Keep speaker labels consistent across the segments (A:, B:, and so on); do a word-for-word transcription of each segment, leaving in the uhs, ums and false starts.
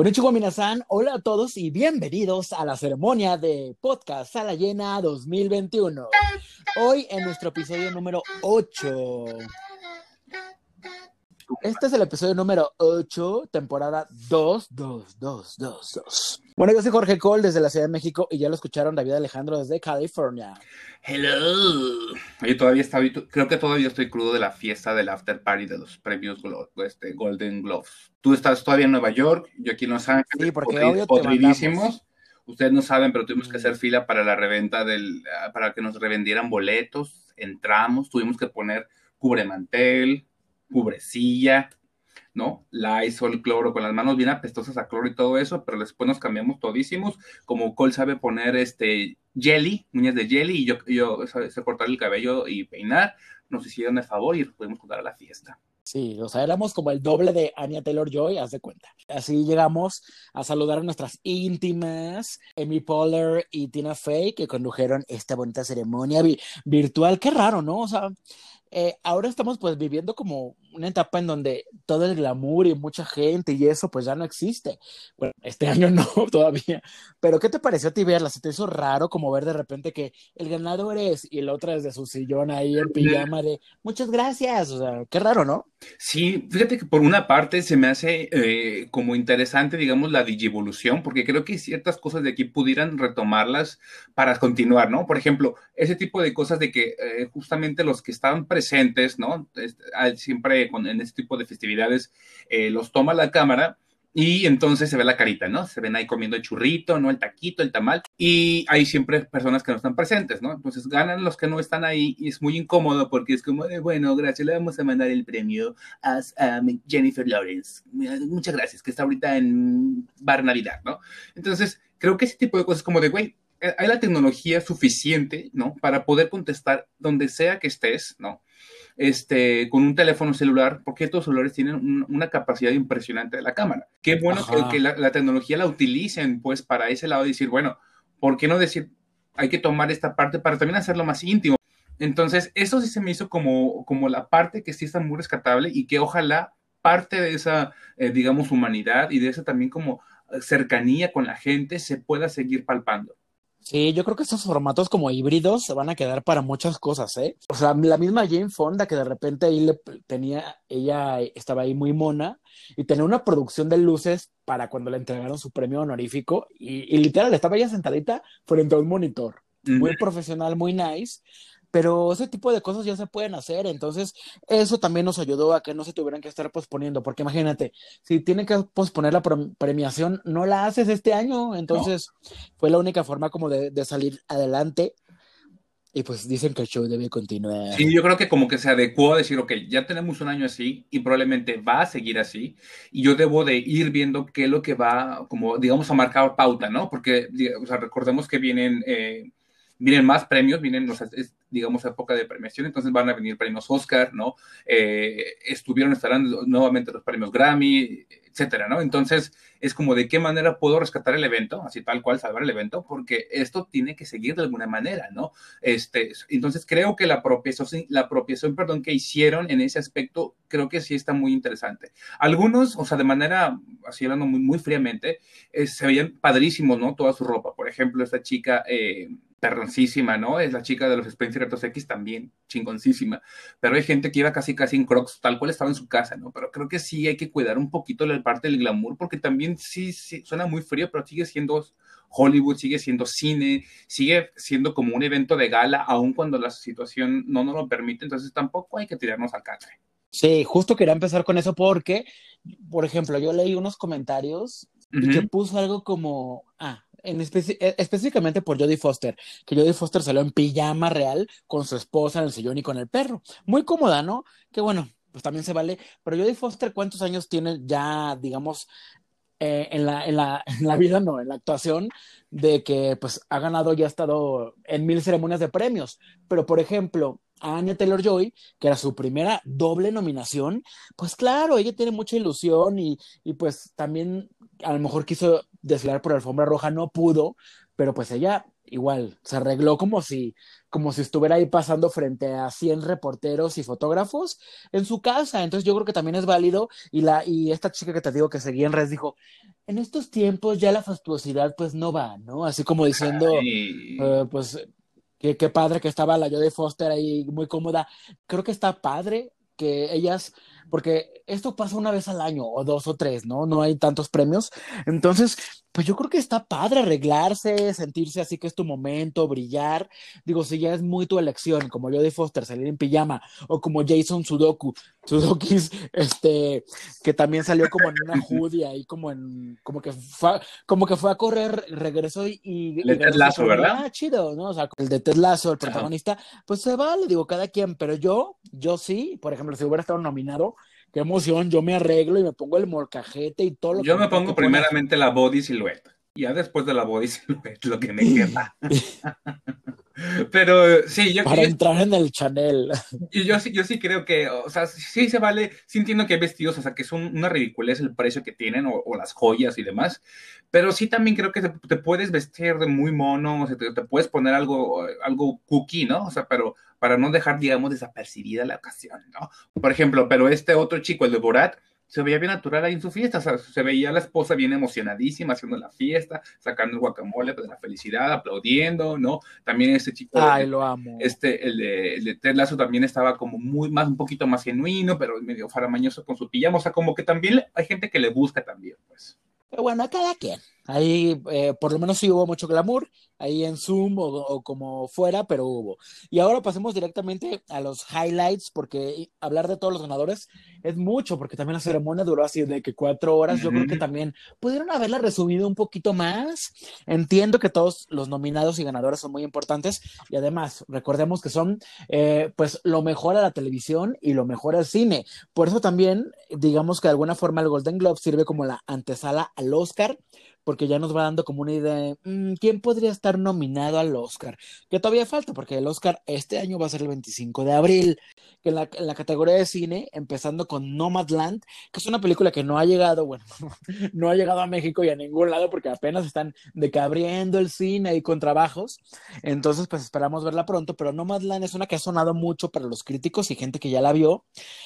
A: Konnichiwa minasan, hola a todos y bienvenidos a la ceremonia de Podcast Sala Llena dos mil veintiuno. Hoy en nuestro episodio número ocho. Este es el episodio número ocho, temporada dos, dos, dos, dos, dos. Bueno, yo soy Jorge Cole desde la Ciudad de México y ya lo escucharon David Alejandro desde California.
B: Hello. Oye, todavía está, creo que todavía estoy crudo de la fiesta del after party de los premios Glo este, Golden Globes. Tú estás todavía en Nueva York, yo aquí en Los Ángeles.
A: Sí, porque
B: podrid,
A: obvio te
B: podridísimos.
A: mandamos.
B: Ustedes no saben, pero tuvimos mm. que hacer fila para la reventa del, para que nos revendieran boletos. Entramos, tuvimos que poner cubremantel, cubrecilla, ¿no? Lysol, cloro, con las manos bien apestosas a cloro y todo eso, pero después nos cambiamos todísimos, como Cole sabe poner este jelly, uñas de jelly, y yo, yo sé cortar el cabello y peinar, nos hicieron el favor y pudimos jugar a la fiesta.
A: Sí, o sea, éramos como el doble de Anya Taylor-Joy, haz de cuenta. Así llegamos a saludar a nuestras íntimas, Amy Poehler y Tina Fey, que condujeron esta bonita ceremonia vi virtual. Qué raro, ¿no? O sea, eh, ahora estamos pues viviendo como una etapa en donde todo el glamour y mucha gente y eso pues ya no existe. Bueno, este año no todavía. Pero ¿qué te pareció a ti verla? ¿Se te hizo raro como ver de repente que el ganador es y el otro desde su sillón ahí en pijama de muchas gracias? O sea, qué raro, ¿no?
B: Sí, fíjate que por una parte se me hace eh, como interesante, digamos, la digivolución, porque creo que ciertas cosas de aquí pudieran retomarlas para continuar, ¿no? Por ejemplo, ese tipo de cosas de que eh, justamente los que estaban presentes, ¿no? Siempre con, en este tipo de festividades eh, los toma la cámara y entonces se ve la carita, ¿no? Se ven ahí comiendo el churrito, ¿no? El taquito, el tamal, y hay siempre personas que no están presentes, ¿no? Entonces ganan los que no están ahí y es muy incómodo porque es como de, bueno, gracias, le vamos a mandar el premio a, a Jennifer Lawrence. Muchas gracias, que está ahorita en Bar Navidad, ¿no? Entonces, creo que ese tipo de cosas como de, güey, hay la tecnología suficiente, ¿no? Para poder contestar donde sea que estés, ¿no? Este, con un teléfono celular, porque estos celulares tienen un, una capacidad impresionante de la cámara. Qué bueno que, que la, la tecnología la utilicen, pues, para ese lado y decir, bueno, ¿por qué no decir, hay que tomar esta parte para también hacerlo más íntimo? Entonces, eso sí se me hizo como, como la parte que sí está muy rescatable y que ojalá parte de esa, eh, digamos, humanidad y de esa también como cercanía con la gente se pueda seguir palpando.
A: Sí, yo creo que estos formatos como híbridos se van a quedar para muchas cosas, ¿eh? O sea, la misma Jane Fonda que de repente ahí le tenía, ella estaba ahí muy mona y tenía una producción de luces para cuando le entregaron su premio honorífico y, y literal estaba ella sentadita frente a un monitor, uh-huh. Muy profesional, muy nice. Pero ese tipo de cosas ya se pueden hacer, entonces eso también nos ayudó a que no se tuvieran que estar posponiendo, porque imagínate, si tienen que posponer la premiación, no la haces este año, entonces no. Fue la única forma como de, de salir adelante, y pues dicen que el show debe continuar.
B: Sí, yo creo que como que se adecuó a decir, ok, ya tenemos un año así, y probablemente va a seguir así, y yo debo de ir viendo qué es lo que va, como digamos, a marcar pauta, ¿no? Porque, o sea, recordemos que vienen... Eh, vienen más premios, vienen, o sea, es, digamos, época de premiación, entonces van a venir premios Oscar, ¿no? Eh, estuvieron, estarán nuevamente los premios Grammy, etcétera, ¿no? Entonces, es como de qué manera puedo rescatar el evento, así tal cual, salvar el evento, porque esto tiene que seguir de alguna manera, ¿no? Este, entonces, creo que la apropiación, la apropiación, perdón, que hicieron en ese aspecto, creo que sí está muy interesante. Algunos, o sea, de manera, así hablando muy, muy fríamente, eh, se veían padrísimos, ¿no? Toda su ropa. Por ejemplo, esta chica... Eh, perroncísima, ¿no? Es la chica de los Spencer Retos X también, chingoncísima. Pero hay gente que iba casi casi en Crocs, tal cual estaba en su casa, ¿no? Pero creo que sí hay que cuidar un poquito la parte del glamour, porque también sí, sí suena muy frío, pero sigue siendo Hollywood, sigue siendo cine, sigue siendo como un evento de gala, aun cuando la situación no nos lo permite, entonces tampoco hay que tirarnos al catre.
A: Sí, justo quería empezar con eso porque, por ejemplo, yo leí unos comentarios uh-huh. y que puso algo como, ah, en especi específicamente por Jodie Foster, que Jodie Foster salió en pijama real con su esposa en el sillón y con el perro. Muy cómoda, ¿no? Que bueno, pues también se vale. Pero Jodie Foster, ¿cuántos años tiene ya, digamos, eh, en, la, en, la, en la vida, no, en la actuación, de que pues ha ganado y ha estado en mil ceremonias de premios? Pero, por ejemplo, a Anya Taylor-Joy, que era su primera doble nominación, pues claro, ella tiene mucha ilusión y, y pues también a lo mejor quiso desfilar por la alfombra roja, no pudo, pero pues ella igual se arregló como si, como si estuviera ahí pasando frente a cien reporteros y fotógrafos en su casa. Entonces yo creo que también es válido. Y, la, y esta chica que te digo que seguía en redes dijo, en estos tiempos ya la fastuosidad pues no va, ¿no? Así como diciendo,
B: Y
A: eh, pues qué, qué padre que estaba la Jodie Foster ahí muy cómoda. Creo que está padre que ellas, porque esto pasa una vez al año, o dos o tres, ¿no? No hay tantos premios. Entonces, pues yo creo que está padre arreglarse, sentirse así que es tu momento, brillar. Digo, si ya es muy tu elección, como Jodie Foster, salir en pijama, o como Jason Sudoku, Sudokis, este, que también salió como en una hoodie ahí, como en, como que fue, como que fue a correr, regresó y, y,
B: el
A: y
B: de Ted
A: ganó su
B: Lasso,
A: premio. Y
B: ¿verdad?
A: ah, chido, ¿no? O sea, el de Ted Lasso, el
B: Ajá.
A: protagonista, pues se vale, digo, cada quien, pero yo, yo sí, por ejemplo, si hubiera estado nominado, qué emoción, yo me arreglo y me pongo el molcajete y todo lo que
B: Yo
A: me
B: me
A: tengo que
B: pongo
A: poner.
B: primeramente la body silhouette. Y ya después de la body silhouette, lo que me quepa. Pero sí, yo,
A: Para
B: yo,
A: entrar en el Chanel.
B: Y yo sí, yo sí creo que, o sea, sí se vale, sí entiendo que hay vestidos, o sea, que es un, una ridiculez el precio que tienen, o, o, las joyas y demás, pero sí también creo que te, te puedes vestir de muy mono, o sea, te, te, puedes poner algo, algo cookie, ¿no? O sea, pero para no dejar, digamos, desapercibida la ocasión, ¿no? Por ejemplo, pero este otro chico, el de Borat, se veía bien natural ahí en su fiesta, o sea, se veía a la esposa bien emocionadísima haciendo la fiesta, sacando el guacamole pues, de la felicidad, aplaudiendo, ¿no? También este chico de,
A: Ay, lo amo.
B: este, el de, el de Ted Lasso también estaba como muy más, un poquito más genuino, pero medio faramañoso con su pijama, o sea, como que también hay gente que le busca también, pues.
A: Pero bueno, a cada quien. Ahí eh, por lo menos sí hubo mucho glamour, ahí en Zoom o, o, como fuera, pero hubo. Y ahora pasemos directamente a los highlights, porque hablar de todos los ganadores es mucho, porque también la ceremonia duró así de que cuatro
B: Uh
A: horas. Yo creo que
B: -huh.
A: también pudieron haberla resumido un poquito más. Entiendo que todos los nominados y ganadores son muy importantes, y además, recordemos que son eh, pues lo mejor a la televisión y lo mejor al cine. Por eso también, digamos que de alguna forma el Golden Globe sirve como la antesala al Oscar, porque ya nos va dando como una idea de mmm, quién podría estar nominado al Oscar, que todavía falta, porque el Oscar este año va a ser el veinticinco de abril, que en la, en la categoría de cine, empezando con Nomadland, que es una película que no ha llegado, bueno, no ha llegado a México y a ningún lado, porque apenas están decabriendo el cine y con trabajos, entonces pues esperamos verla pronto, pero Nomadland es una que ha sonado mucho para los críticos y gente que ya la vio,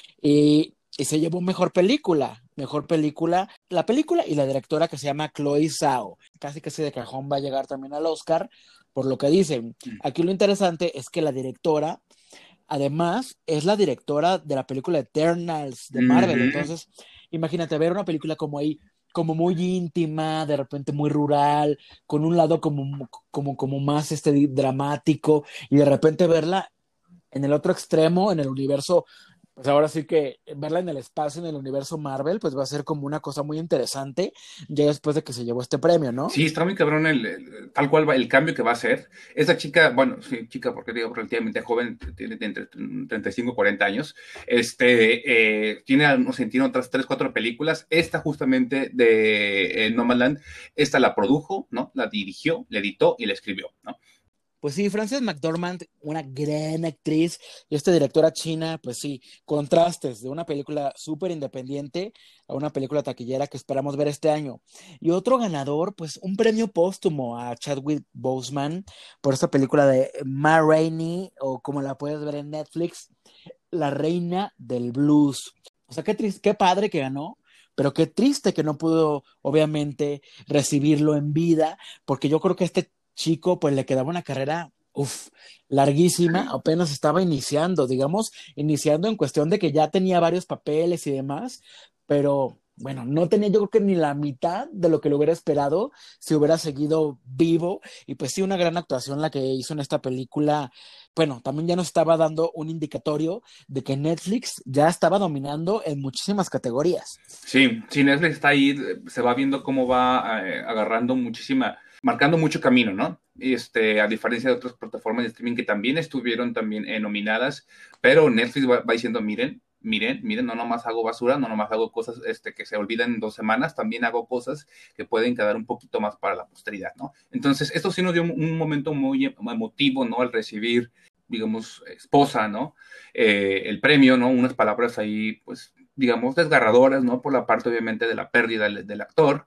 A: y, y se llevó mejor película, mejor película, la película y la directora que se llama Chloe Zhao, casi casi de cajón va a llegar también al Oscar, por lo que dicen. Aquí lo interesante es que la directora, además, es la directora de la película Eternals de
B: Uh
A: Marvel,
B: -huh.
A: entonces, imagínate ver una película como ahí, como muy íntima, de repente muy rural, con un lado como, como, como más este, dramático, y de repente verla en el otro extremo, en el universo, pues ahora sí que verla en el espacio, en el universo Marvel, pues va a ser como una cosa muy interesante, ya después de que se llevó este premio, ¿no?
B: Sí, está muy cabrón el, el, tal cual va, el cambio que va a hacer. Esa chica, bueno, sí, chica, porque digo, relativamente joven, tiene entre treinta y cinco y cuarenta años, este, eh, tiene, no sé, tiene otras tres, cuatro películas. Esta justamente de eh, Nomadland, esta la produjo, ¿no? La dirigió, la editó y la escribió, ¿no?
A: Pues sí, Frances McDormand, una gran actriz, y esta directora china, pues sí, contrastes de una película súper independiente a una película taquillera que esperamos ver este año. Y otro ganador, pues un premio póstumo a Chadwick Boseman por esta película de Ma Rainey, o como la puedes ver en Netflix, La Reina del Blues. O sea, qué triste, qué padre que ganó, pero qué triste que no pudo, obviamente, recibirlo en vida, porque yo creo que este chico, pues le quedaba una carrera, uff, larguísima,
B: Sí.
A: apenas estaba iniciando, digamos, iniciando en cuestión de que ya tenía varios papeles y demás, pero bueno, no tenía yo creo que ni la mitad de lo que le hubiera esperado si hubiera seguido vivo, y pues sí, una gran actuación la que hizo en esta película. Bueno, también ya nos estaba dando un indicatorio de que Netflix ya estaba dominando en muchísimas categorías.
B: Sí, sí, Netflix está ahí, se va viendo cómo va eh, agarrando muchísima, marcando mucho camino, ¿no? Este, a diferencia de otras plataformas de streaming que también estuvieron también eh, nominadas, pero Netflix va, va diciendo, miren, miren, miren, no nomás hago basura, no nomás hago cosas este, que se olvidan en dos semanas, también hago cosas que pueden quedar un poquito más para la posteridad, ¿no? Entonces, esto sí nos dio un, un momento muy emotivo, ¿no? Al recibir, digamos, esposa, ¿no? Eh, el premio, ¿no? Unas palabras ahí, pues, digamos, desgarradoras, ¿no? Por la parte, obviamente, de la pérdida del, del actor.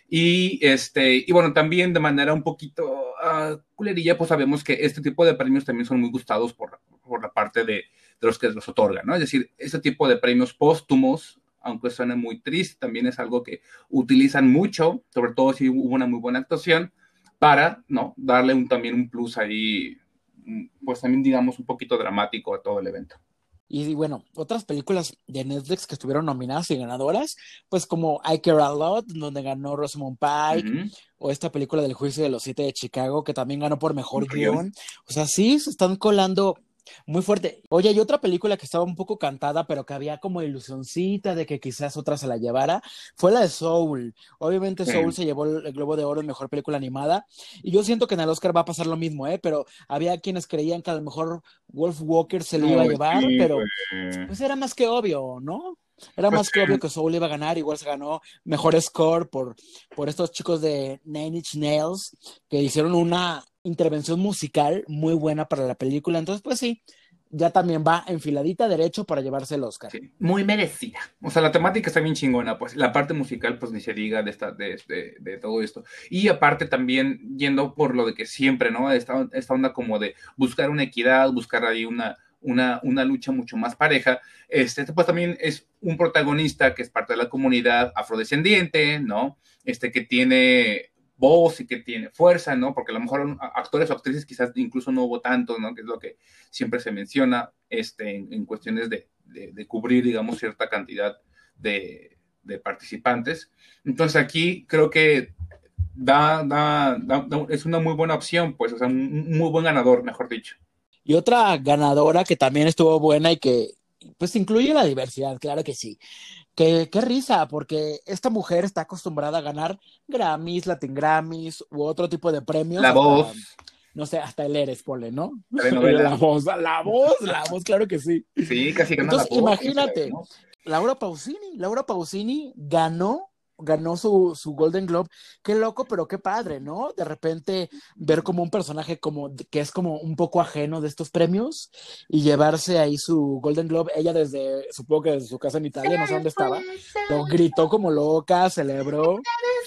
B: Y, este, y bueno, también de manera un poquito uh, culerilla, pues sabemos que este tipo de premios también son muy gustados por, por la parte de, de los que los otorgan, ¿no? Es decir, este tipo de premios póstumos, aunque suene muy triste, también es algo que utilizan mucho, sobre todo si hubo una muy buena actuación, para, ¿no? Darle un, también un plus ahí, pues también digamos un poquito dramático a todo el evento.
A: Y bueno, otras películas de Netflix que estuvieron nominadas y ganadoras, pues como I Care a Lot, donde ganó Rosamund Pike,
B: Uh-huh.
A: o esta película del Juicio de los Siete de Chicago, que también ganó por mejor
B: Mejor guión.
A: guión. O sea, sí, se están colando muy fuerte. Oye, hay otra película que estaba un poco cantada, pero que había como ilusioncita de que quizás otra se la llevara, fue la de Soul. Obviamente
B: Sí.
A: Soul se llevó el Globo de Oro en Mejor Película Animada, y yo siento que en el Oscar va a pasar lo mismo, ¿eh? Pero había quienes creían que a lo mejor Wolf Walker se lo iba a
B: No,
A: llevar,
B: sí,
A: pero
B: güey.
A: pues era más que obvio, ¿no? Era
B: Pues
A: más que obvio que Soul iba a ganar, igual se ganó mejor score por, por estos chicos de Nine Inch Nails que hicieron una intervención musical muy buena para la película. Entonces, pues sí, ya también va enfiladita derecho para llevarse el Oscar.
B: sí, muy merecida. O sea, la temática está bien chingona, pues la parte musical, pues ni se diga de, esta, de, de, de todo esto. Y aparte también yendo por lo de que siempre, ¿no? Esta, esta onda como de buscar una equidad, buscar ahí una, una, una lucha mucho más pareja. Este, pues también es un protagonista que es parte de la comunidad afrodescendiente, ¿no? Este que tiene voz y que tiene fuerza, ¿no? Porque a lo mejor actores o actrices quizás incluso no hubo tanto, ¿no? Que es lo que siempre se menciona este, en, en cuestiones de, de, de, cubrir, digamos, cierta cantidad de, de participantes. Entonces aquí creo que da, da, da, da, es una muy buena opción, pues, o sea, un muy buen ganador, mejor dicho.
A: Y otra ganadora que también estuvo buena y que pues incluye la diversidad, claro que sí. Qué, qué risa, porque esta mujer está acostumbrada a ganar Grammys, Latin Grammys u otro tipo de premios,
B: La
A: hasta,
B: voz,
A: no sé, hasta el Eres, ponle, ¿no?
B: telenovela.
A: La voz, la voz, la voz, claro que sí.
B: Sí, casi gana la
A: Entonces,
B: voz.
A: imagínate, Laura Pausini, Laura Pausini ganó, ganó su, su Golden Globe. Qué loco, pero qué padre, ¿no? De repente ver como un personaje como que es como un poco ajeno de estos premios y llevarse ahí su Golden Globe. Ella desde, supongo que desde su casa en Italia, no sé dónde estaba, lo gritó como loca, celebró.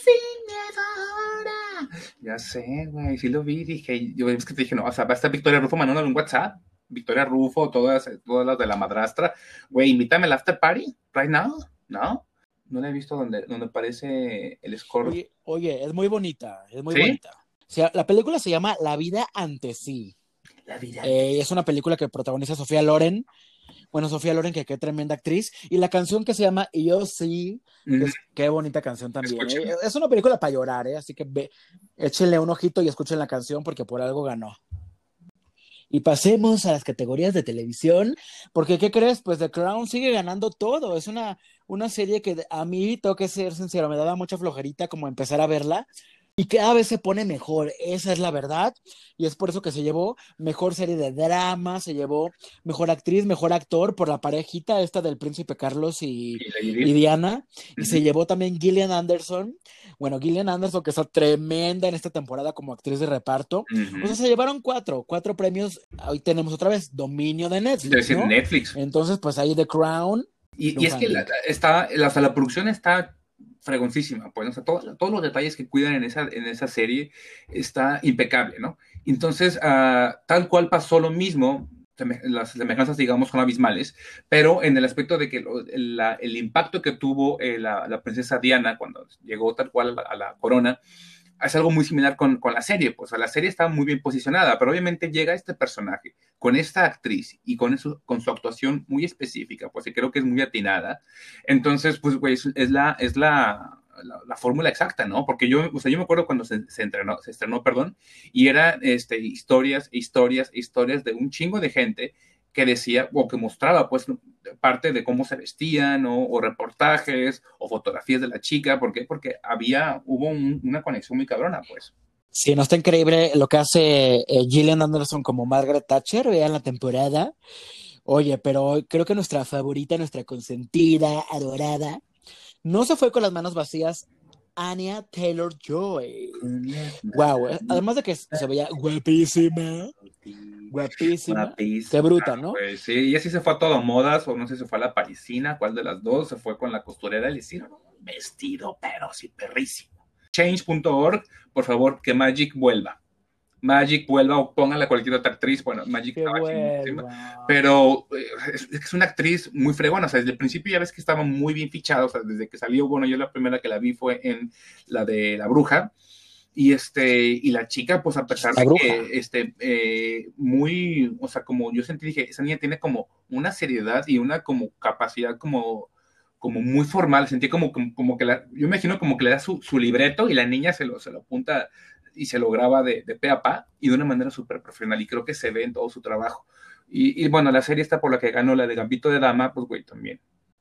B: Ya sé, güey, sí lo vi, dije, yo es que te dije, no, o sea, va a estar Victoria Rufo mandándole un WhatsApp, Victoria Rufo, todas, todas las de la madrastra, güey, invítame al after party, right now, ¿no? No la he visto donde, donde aparece el score.
A: Oye, oye, es muy bonita, es muy
B: ¿Sí?
A: bonita. O sea, la película se llama La vida ante sí.
B: La vida
A: Eh, es una película que protagoniza Sofía Loren. Bueno, Sofía Loren, que qué tremenda actriz. Y la canción que se llama Yo sí, que es qué bonita canción también. ¿Eh?
B: Escúchenla.
A: Es una película para llorar, ¿eh? Así que ve, échenle un ojito y escuchen la canción porque por algo ganó. Y pasemos a las categorías de televisión, porque ¿qué crees? Pues The Crown sigue ganando todo. Es una, una serie que a mí, tengo que ser sincero, me daba mucha flojerita como empezar a verla. Y cada vez se pone mejor, esa es la verdad, y es por eso que se llevó mejor serie de drama, se llevó mejor actriz, mejor actor por la parejita esta del Príncipe Carlos y, y Diana, y uh-huh. Se llevó también Gillian Anderson, bueno, Gillian Anderson que está tremenda en esta temporada como actriz de reparto, uh-huh. O sea, se llevaron cuatro, cuatro premios, hoy tenemos otra vez dominio de Netflix,
B: decir,
A: ¿no?
B: Netflix.
A: Entonces, pues ahí The Crown.
B: Y, y es que la, está, la, o sea, la producción está fregoncísima, pues, o sea, todo, todos los detalles que cuidan en esa, en esa serie está impecable, ¿no? Entonces, uh, tal cual pasó lo mismo, las semejanzas, digamos, son abismales, pero en el aspecto de que lo, la, el impacto que tuvo eh, la, la princesa Diana cuando llegó tal cual a la, a la corona, es algo muy similar con, con la serie, pues, o sea, la serie está muy bien posicionada, pero obviamente llega este personaje con esta actriz y con, eso, con su actuación muy específica, pues, que creo que es muy atinada, entonces, pues, güey, es, es la, es la, la, la fórmula exacta, ¿no? Porque yo, o sea, yo me acuerdo cuando se, se, entrenó, se estrenó, perdón, y eran este, historias, historias, historias de un chingo de gente que decía, o que mostraba, pues, parte de cómo se vestían, ¿no? O reportajes, o fotografías de la chica, ¿por qué? Porque había, hubo un, una conexión muy cabrona, pues.
A: Sí, no está increíble lo que hace eh, Gillian Anderson como Margaret Thatcher, vean la temporada. Oye, pero creo que nuestra favorita, nuestra consentida, adorada, no se fue con las manos vacías, Anya Taylor-Joy. Wow, eh, además de que se veía guapísima, guapísima, guapísima. Qué bruta, ¿no?
B: Pues sí, y así se fue a todas modas, o no sé si fue a la parisina, cuál de las dos, se fue con la costurera y le hicieron un vestido, pero sí, perrísimo. change punto org, por favor, que Magic vuelva. Magic vuelva o póngale a cualquier otra actriz. Bueno, Magic
A: Que
B: estaba chinguísima,
A: vuelva.
B: pero eh, es, es una actriz muy fregona. O sea, desde el principio ya ves que estaba muy bien fichada. O sea, desde que salió, bueno, yo la primera que la vi fue en la de La Bruja. Y este, y la chica, pues a pesar
A: La
B: de
A: bruja.
B: que, este, eh, muy, o sea, como yo sentí, dije, esa niña tiene como una seriedad y una como capacidad como, como muy formal, sentí como, como, como que la, yo me imagino como que le da su, su libreto y la niña se lo, se lo apunta y se lo graba de, de pe a pa y de una manera súper profesional y creo que se ve en todo su trabajo. Y, y bueno, la serie está por la que ganó la de Gambito de Dama, pues güey, también.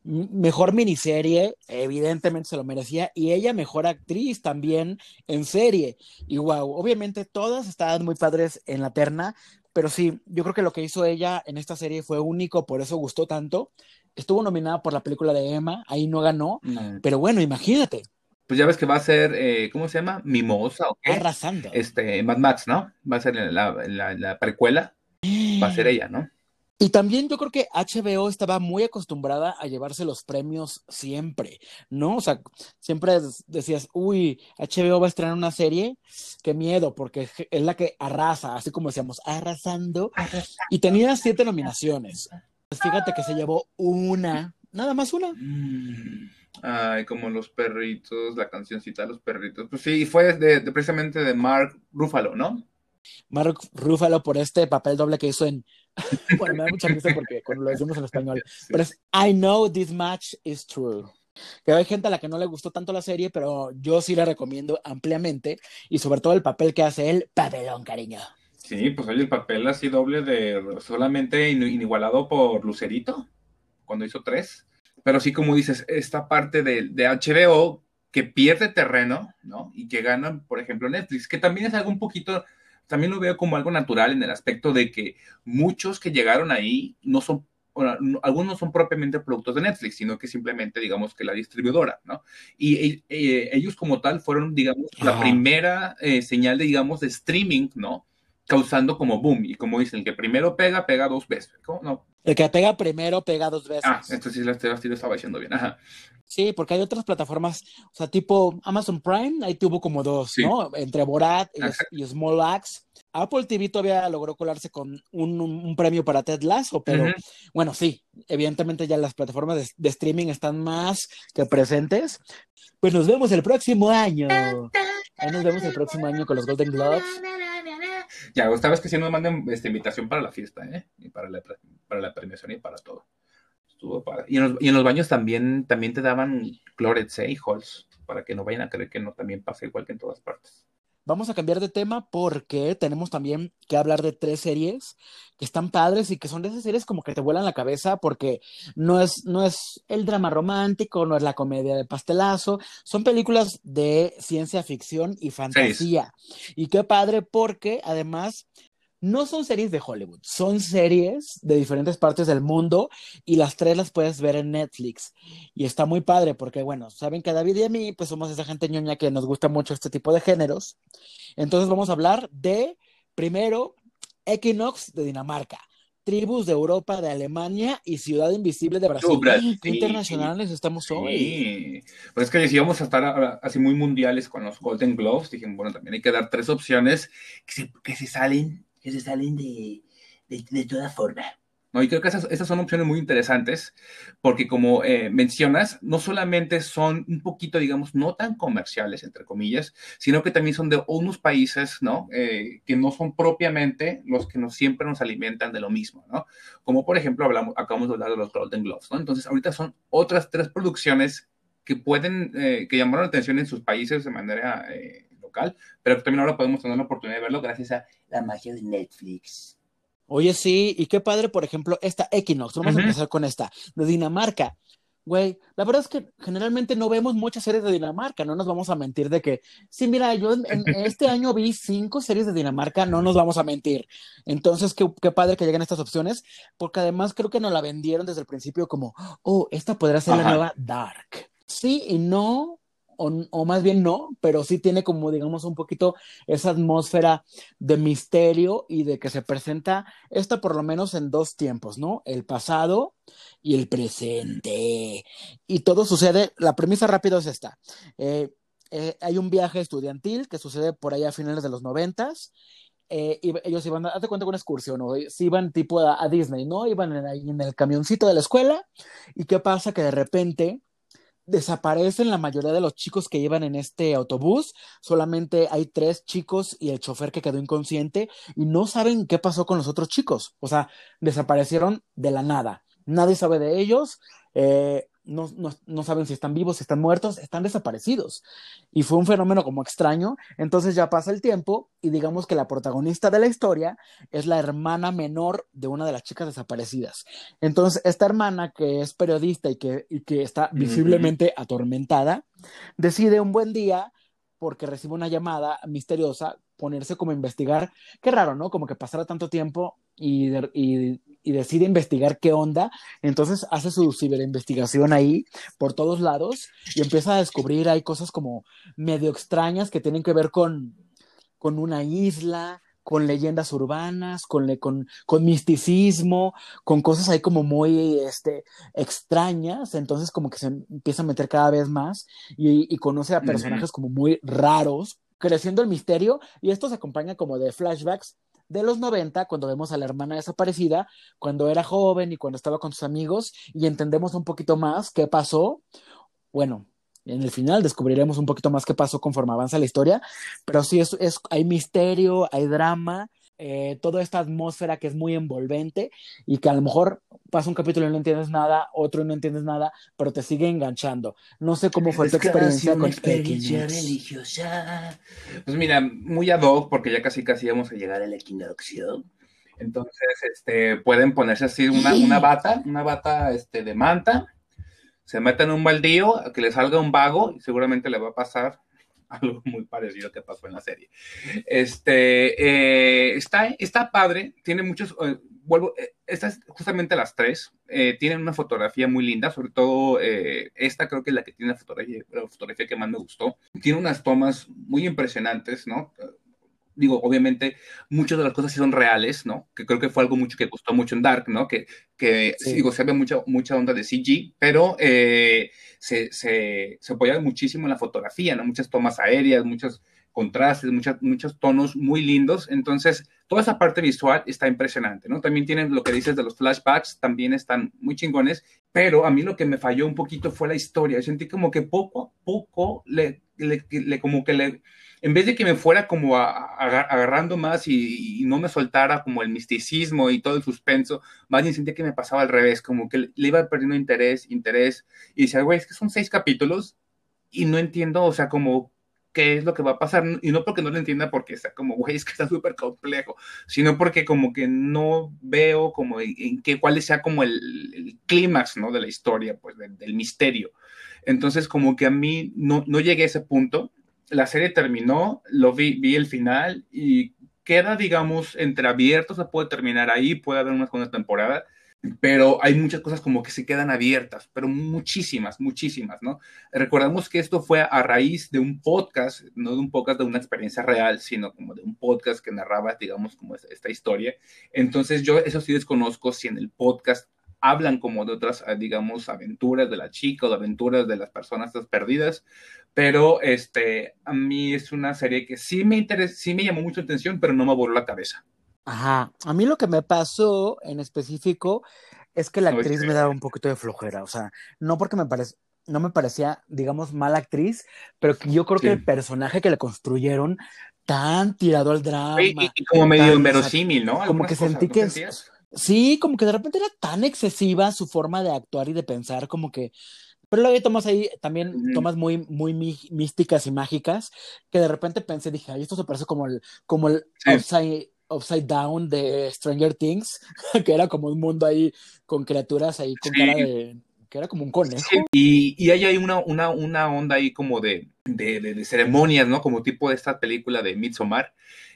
A: Mejor miniserie, evidentemente se lo merecía, y ella mejor actriz también en serie. Y wow, obviamente todas estaban muy padres en la terna, pero sí, yo creo que lo que hizo ella en esta serie fue único, por eso gustó tanto. Estuvo nominada por la película de Emma, ahí no ganó,
B: No.
A: pero bueno, imagínate,
B: Pues ya ves que va a ser, eh, ¿cómo se llama? Mimosa o qué?
A: arrasando.
B: Este, Mad Max, ¿no? Va a ser la, la, la precuela, va a ser ella, ¿no?
A: Y también yo creo que H B O estaba muy acostumbrada a llevarse los premios siempre, ¿no? O sea, siempre decías, uy, H B O va a estrenar una serie, qué miedo, porque es la que arrasa, así como decíamos, arrasando. Y tenía siete nominaciones. Pues fíjate que se llevó una, nada más una.
B: Mm. Ay, como los perritos, la cancioncita de los perritos. Pues sí, fue de, de, precisamente de Mark Ruffalo, ¿no?
A: Mark Ruffalo por este papel doble que hizo en... Bueno, me da mucha risa porque cuando lo decimos en español,
B: Sí.
A: pero es I know this match is true. Que hay gente a la que no le gustó tanto la serie, pero yo sí la recomiendo ampliamente y sobre todo el papel que hace él, papelón, cariño.
B: Sí, pues oye, el papel así doble de solamente in, inigualado por Lucerito, cuando hizo tres. Pero sí, como dices, esta parte de, de H B O que pierde terreno, ¿no? Y que gana, por ejemplo, Netflix, que también es algo un poquito, también lo veo como algo natural en el aspecto de que muchos que llegaron ahí no son, bueno, no, algunos no son propiamente productos de Netflix, sino que simplemente, digamos, que la distribuidora, ¿no? Y eh, ellos como tal fueron, digamos, la
A: Ajá.
B: primera eh, señal, de, digamos, de streaming, ¿no? Causando como boom, y como dicen, el que primero pega, pega dos veces. ¿Cómo? No.
A: El que pega primero pega dos
B: Ah,
A: veces.
B: esto sí lo estaba diciendo bien. Ajá.
A: Sí, porque hay otras plataformas, o sea, tipo Amazon Prime, ahí tuvo como dos,
B: Sí.
A: ¿no? Entre Borat y,
B: Exacto.
A: y Small Axe. Apple T V todavía logró colarse con un, un, un premio para Ted Lasso, pero uh-huh. Bueno, sí, evidentemente ya las plataformas de, de streaming están más que presentes. Pues nos vemos el próximo año. Ahí nos vemos el próximo año con los Golden Globes.
B: Ya, esta vez que sí nos manden esta invitación para la fiesta, ¿eh? Y para la, para la premiación y para todo. Estuvo padre. Y en los, y en los baños también, también te daban clorets, ¿eh? Y Halls, para que no vayan a creer que no también pasa igual que en todas partes.
A: Vamos a cambiar de tema porque tenemos también que hablar de tres series que están padres y que son de esas series como que te vuelan la cabeza porque no es, no es el drama romántico, no es la comedia de pastelazo, son películas de ciencia ficción y fantasía. Seis. Y qué padre porque además no son series de Hollywood, son series de diferentes partes del mundo y las tres las puedes ver en Netflix. Y está muy padre porque, bueno, saben que David y a mí, pues somos esa gente ñoña que nos gusta mucho este tipo de géneros. Entonces vamos a hablar de, primero, Equinox de Dinamarca, Tribus de Europa, de Alemania y Ciudad Invisible de Brasil.
B: Brasil.
A: ¡Qué internacionales estamos
B: sí.
A: hoy!
B: Pues es que si vamos a estar así muy mundiales con los Golden Globes, dije, bueno, también hay que dar tres opciones que se, que se salen que se salen de, de, de toda forma. ¿No? Y creo que esas, esas son opciones muy interesantes, porque como eh, mencionas, no solamente son un poquito, digamos, no tan comerciales, entre comillas, sino que también son de unos países, ¿no? Eh, que no son propiamente los que nos, siempre nos alimentan de lo mismo, ¿no? Como por ejemplo, hablamos, acabamos de hablar de los Golden Globes, ¿no? Entonces, ahorita son otras tres producciones que pueden, eh, que llamaron la atención en sus países de manera... Eh, local, pero que también ahora podemos tener la oportunidad de verlo gracias a la magia de Netflix.
A: Oye, sí, y qué padre, por ejemplo, esta Equinox, vamos uh-huh. a empezar con esta, de Dinamarca. Güey, la verdad es que generalmente no vemos muchas series de Dinamarca, no nos vamos a mentir de que, sí, mira, yo en, en este año vi cinco series de Dinamarca, no nos vamos a mentir. Entonces, qué, qué padre que lleguen estas opciones, porque además creo que nos la vendieron desde el principio como, oh, esta podrá ser Ajá. la nueva Dark. Sí y no, O, o más bien no, pero sí tiene como, digamos, un poquito esa atmósfera de misterio y de que se presenta esta por lo menos en dos tiempos, ¿no? El pasado y el presente. Y todo sucede, la premisa rápida es esta. Eh, eh, hay un viaje estudiantil que sucede por ahí a finales de los noventas. Eh, y ellos iban, hazte cuenta con una excursión, ¿no? Se iban tipo a, a Disney, ¿no? Iban en, ahí en el camioncito de la escuela. ¿Y qué pasa? Que de repente desaparecen la mayoría de los chicos que iban en este autobús, solamente hay tres chicos y el chofer que quedó inconsciente y no saben qué pasó con los otros chicos, o sea, desaparecieron de la nada, nadie sabe de ellos, eh, no, no, no, saben si están vivos, si están muertos, están desaparecidos. Y fue un fenómeno como extraño. Entonces ya pasa el tiempo y digamos que la protagonista de la historia es la hermana menor de una de las chicas desaparecidas. Entonces esta hermana, que es periodista y que, y que está
B: Ujú.
A: visiblemente atormentada, decide un buen día, porque recibe una llamada misteriosa, ponerse como a investigar. Qué raro, ¿no? Como que pasara tanto tiempo y, de, y, y decide investigar qué onda. Entonces hace su ciberinvestigación ahí por todos lados y empieza a descubrir hay cosas como medio extrañas que tienen que ver con, con una isla, con leyendas urbanas, con, le, con, con misticismo, con cosas ahí como muy este, extrañas. Entonces como que se empieza a meter cada vez más y, y conoce a
B: Ujú.
A: personajes como muy raros, creciendo el misterio. Y esto se acompaña como de flashbacks de los noventa, cuando vemos a la hermana desaparecida, cuando era joven y cuando estaba con sus amigos, y entendemos un poquito más qué pasó. Bueno, en el final descubriremos un poquito más qué pasó conforme avanza la historia, pero sí, es, es, hay misterio, hay drama, eh, toda esta atmósfera que es muy envolvente y que a lo mejor pasa un capítulo y no entiendes nada, otro y no entiendes nada, pero te sigue enganchando. No sé cómo fue tu
B: Es casi
A: experiencia
B: una
A: con
B: experiencia
A: Equinox.
B: religiosa. Pues mira, muy ad hoc, porque ya casi casi vamos a llegar al equinoccio. Entonces, este, pueden ponerse así una, una bata, una bata este, de manta, se meten en un baldío, a que le salga un vago y seguramente le va a pasar algo muy parecido que pasó en la serie. Este, eh, está, está padre, tiene muchos, eh, vuelvo, eh, estas justamente las tres, eh, tienen una fotografía muy linda, sobre todo eh, esta creo que es la que tiene la fotografía, la fotografía que más me gustó. Tiene unas tomas muy impresionantes, ¿no? Digo, obviamente, muchas de las cosas sí son reales, ¿no? Que creo que fue algo mucho que gustó mucho en Dark, ¿no? Que, que
A: Sí.
B: digo, se ve mucha, mucha onda de C G, pero eh, se, se, se apoya muchísimo en la fotografía, ¿no? Muchas tomas aéreas, muchos contrastes, muchas, muchos tonos muy lindos. Entonces, toda esa parte visual está impresionante, ¿no? También tienen lo que dices de los flashbacks, también están muy chingones, pero a mí lo que me falló un poquito fue la historia. Yo sentí como que poco a poco le, le, le como que le en vez de que me fuera como a, a, agarrando más y, y, no me soltara como el misticismo y todo el suspenso, más bien sentía que me pasaba al revés, como que le, le iba perdiendo interés, interés, y decía, güey, es que son seis capítulos y no entiendo, o sea, como qué es lo que va a pasar, y no porque no lo entienda porque está como, güey, es que está súper complejo, sino porque como que no veo como en, en qué, cuál sea como el, el clímax, ¿no? De la historia, pues, del, del misterio. Entonces, como que a mí no, no llegué a ese punto. La serie terminó, lo vi, vi el final y queda, digamos, entreabierto, se puede terminar ahí, puede haber una segunda temporada, pero hay muchas cosas como que se quedan abiertas, pero muchísimas, muchísimas, ¿no? Recordamos que esto fue a raíz de un podcast, no de un podcast de una experiencia real, sino como de un podcast que narraba, digamos, como esta historia. Entonces yo eso sí desconozco si en el podcast hablan como de otras, digamos, aventuras de la chica o de aventuras de las personas perdidas, pero este, a mí es una serie que sí me interesa, sí me llamó mucho la atención, pero no me voló la cabeza.
A: Ajá. A mí lo que me pasó en específico es que la
B: No, es
A: actriz me daba un poquito de flojera. O sea, no porque me parece, no me parecía, digamos, mala actriz, pero que yo creo que el
B: sí.
A: personaje que le construyeron tan tirado al
B: Y,
A: drama,
B: y como medio
A: tan, o sea,
B: inverosímil, ¿no?
A: como
B: Algunas
A: que
B: cosas,
A: sentí
B: ¿no
A: que es,
B: sentías?
A: sí, como que de repente era tan excesiva su forma de actuar y de pensar, como que, pero luego hay tomas ahí, también
B: Ujú.
A: tomas muy, muy místicas y mágicas, que de repente pensé, dije, ay, esto se parece como el, como el
B: Sí.
A: Upside, Upside Down de Stranger Things, que era como un mundo ahí con criaturas ahí con cara
B: Sí,
A: de, que era como un
B: sí.
A: conejo.
B: Y, y hay ahí una, una, una onda ahí como de, de, de, de ceremonias, ¿no? Como tipo de esta película de Midsommar,